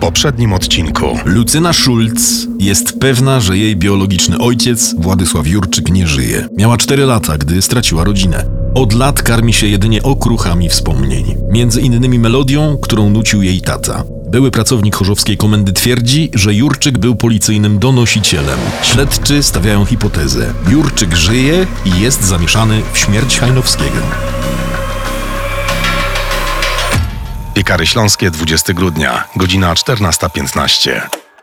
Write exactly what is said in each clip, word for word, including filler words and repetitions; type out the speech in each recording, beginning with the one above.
poprzednim odcinku. Lucyna Schulz jest pewna, że jej biologiczny ojciec, Władysław Jurczyk, nie żyje. Miała cztery lata, gdy straciła rodzinę. Od lat karmi się jedynie okruchami wspomnień. Między innymi melodią, którą nucił jej tata. Były pracownik chorzowskiej komendy twierdzi, że Jurczyk był policyjnym donosicielem. Śledczy stawiają hipotezę. Jurczyk żyje i jest zamieszany w śmierć Hajnowskiego. Piekary Śląskie, dwudziestego grudnia, godzina czternasta piętnaście.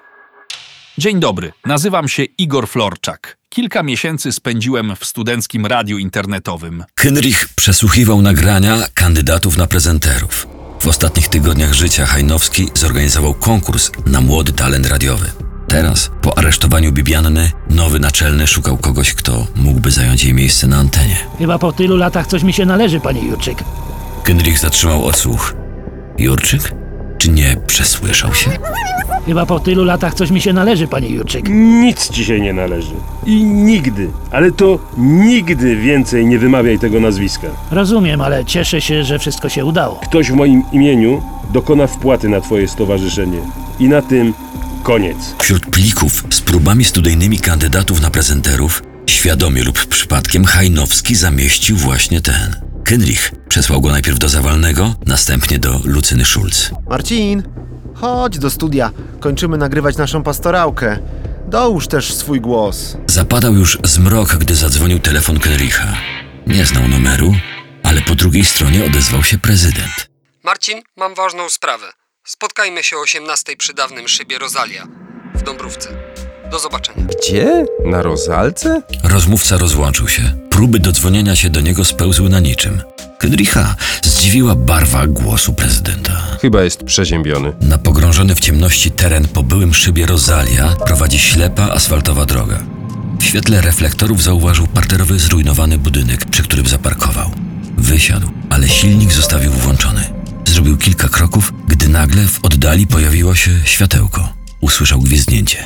Dzień dobry, nazywam się Igor Florczak. Kilka miesięcy spędziłem w studenckim radiu internetowym. Henryk przesłuchiwał nagrania kandydatów na prezenterów. W ostatnich tygodniach życia Hajnowski zorganizował konkurs na młody talent radiowy. Teraz, po aresztowaniu Bibianny, nowy naczelny szukał kogoś, kto mógłby zająć jej miejsce na antenie. Chyba po tylu latach coś mi się należy, panie Jurczyk. Henryk zatrzymał odsłuch. Jurczyk? Czy nie przesłyszał się? Chyba po tylu latach coś mi się należy, panie Jurczyk. Nic ci się nie należy. I nigdy, ale to nigdy więcej nie wymawiaj tego nazwiska. Rozumiem, ale cieszę się, że wszystko się udało. Ktoś w moim imieniu dokona wpłaty na twoje stowarzyszenie. I na tym koniec. Wśród plików z próbami studyjnymi kandydatów na prezenterów, świadomie lub przypadkiem, Hajnowski zamieścił właśnie ten. Henryk przesłał go najpierw do Zawalnego, następnie do Lucyny Schulz. Marcin, chodź do studia. Kończymy nagrywać naszą pastorałkę. Dołóż też swój głos. Zapadał już zmrok, gdy zadzwonił telefon Henryka. Nie znał numeru, ale po drugiej stronie odezwał się prezydent. Marcin, mam ważną sprawę. Spotkajmy się o osiemnastej przy dawnym szybie Rosalia w Dąbrówce. Do zobaczenia. Gdzie? Na Rozalce? Rozmówca rozłączył się. Próby dodzwonienia się do niego spełzły na niczym. Henryka zdziwiła barwa głosu prezydenta. Chyba jest przeziębiony. Na pogrążony w ciemności teren po byłym szybie Rosalia prowadzi ślepa asfaltowa droga. W świetle reflektorów zauważył parterowy, zrujnowany budynek, przy którym zaparkował. Wysiadł, ale silnik zostawił włączony. Zrobił kilka kroków, gdy nagle w oddali pojawiło się światełko. Usłyszał gwizdnięcie.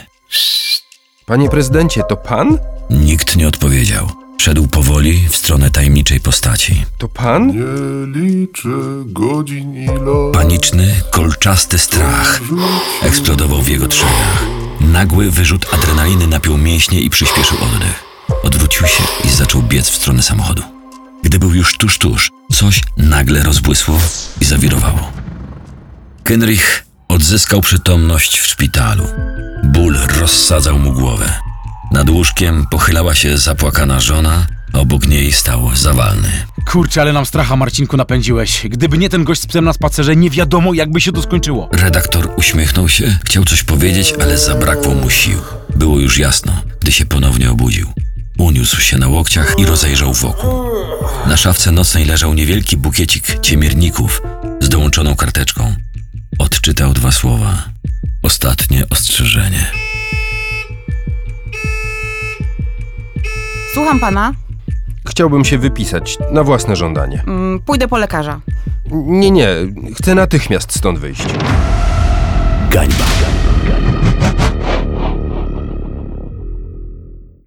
Panie prezydencie, to pan? Nikt nie odpowiedział. Szedł powoli w stronę tajemniczej postaci. To pan? Nie liczę godzin i lat. Paniczny, kolczasty strach eksplodował w jego trzewach. Nagły wyrzut adrenaliny napiął mięśnie i przyspieszył oddech. Odwrócił się i zaczął biec w stronę samochodu. Gdy był już tuż, tuż, coś nagle rozbłysło i zawirowało. Henryk odzyskał przytomność w szpitalu. Ból rozsadzał mu głowę. Nad łóżkiem pochylała się zapłakana żona, a obok niej stał Zawalny. Kurczę, ale nam stracha, Marcinku, napędziłeś. Gdyby nie ten gość z psem na spacerze, nie wiadomo, jakby się to skończyło. Redaktor uśmiechnął się, chciał coś powiedzieć, ale zabrakło mu sił. Było już jasno, gdy się ponownie obudził. Uniósł się na łokciach i rozejrzał wokół. Na szafce nocnej leżał niewielki bukiecik ciemierników z dołączoną karteczką. Odczytał dwa słowa. Ostatnie ostrzeżenie. Słucham pana. Chciałbym się wypisać na własne żądanie. Mm, pójdę po lekarza. Nie, nie, chcę natychmiast stąd wyjść. Gańba.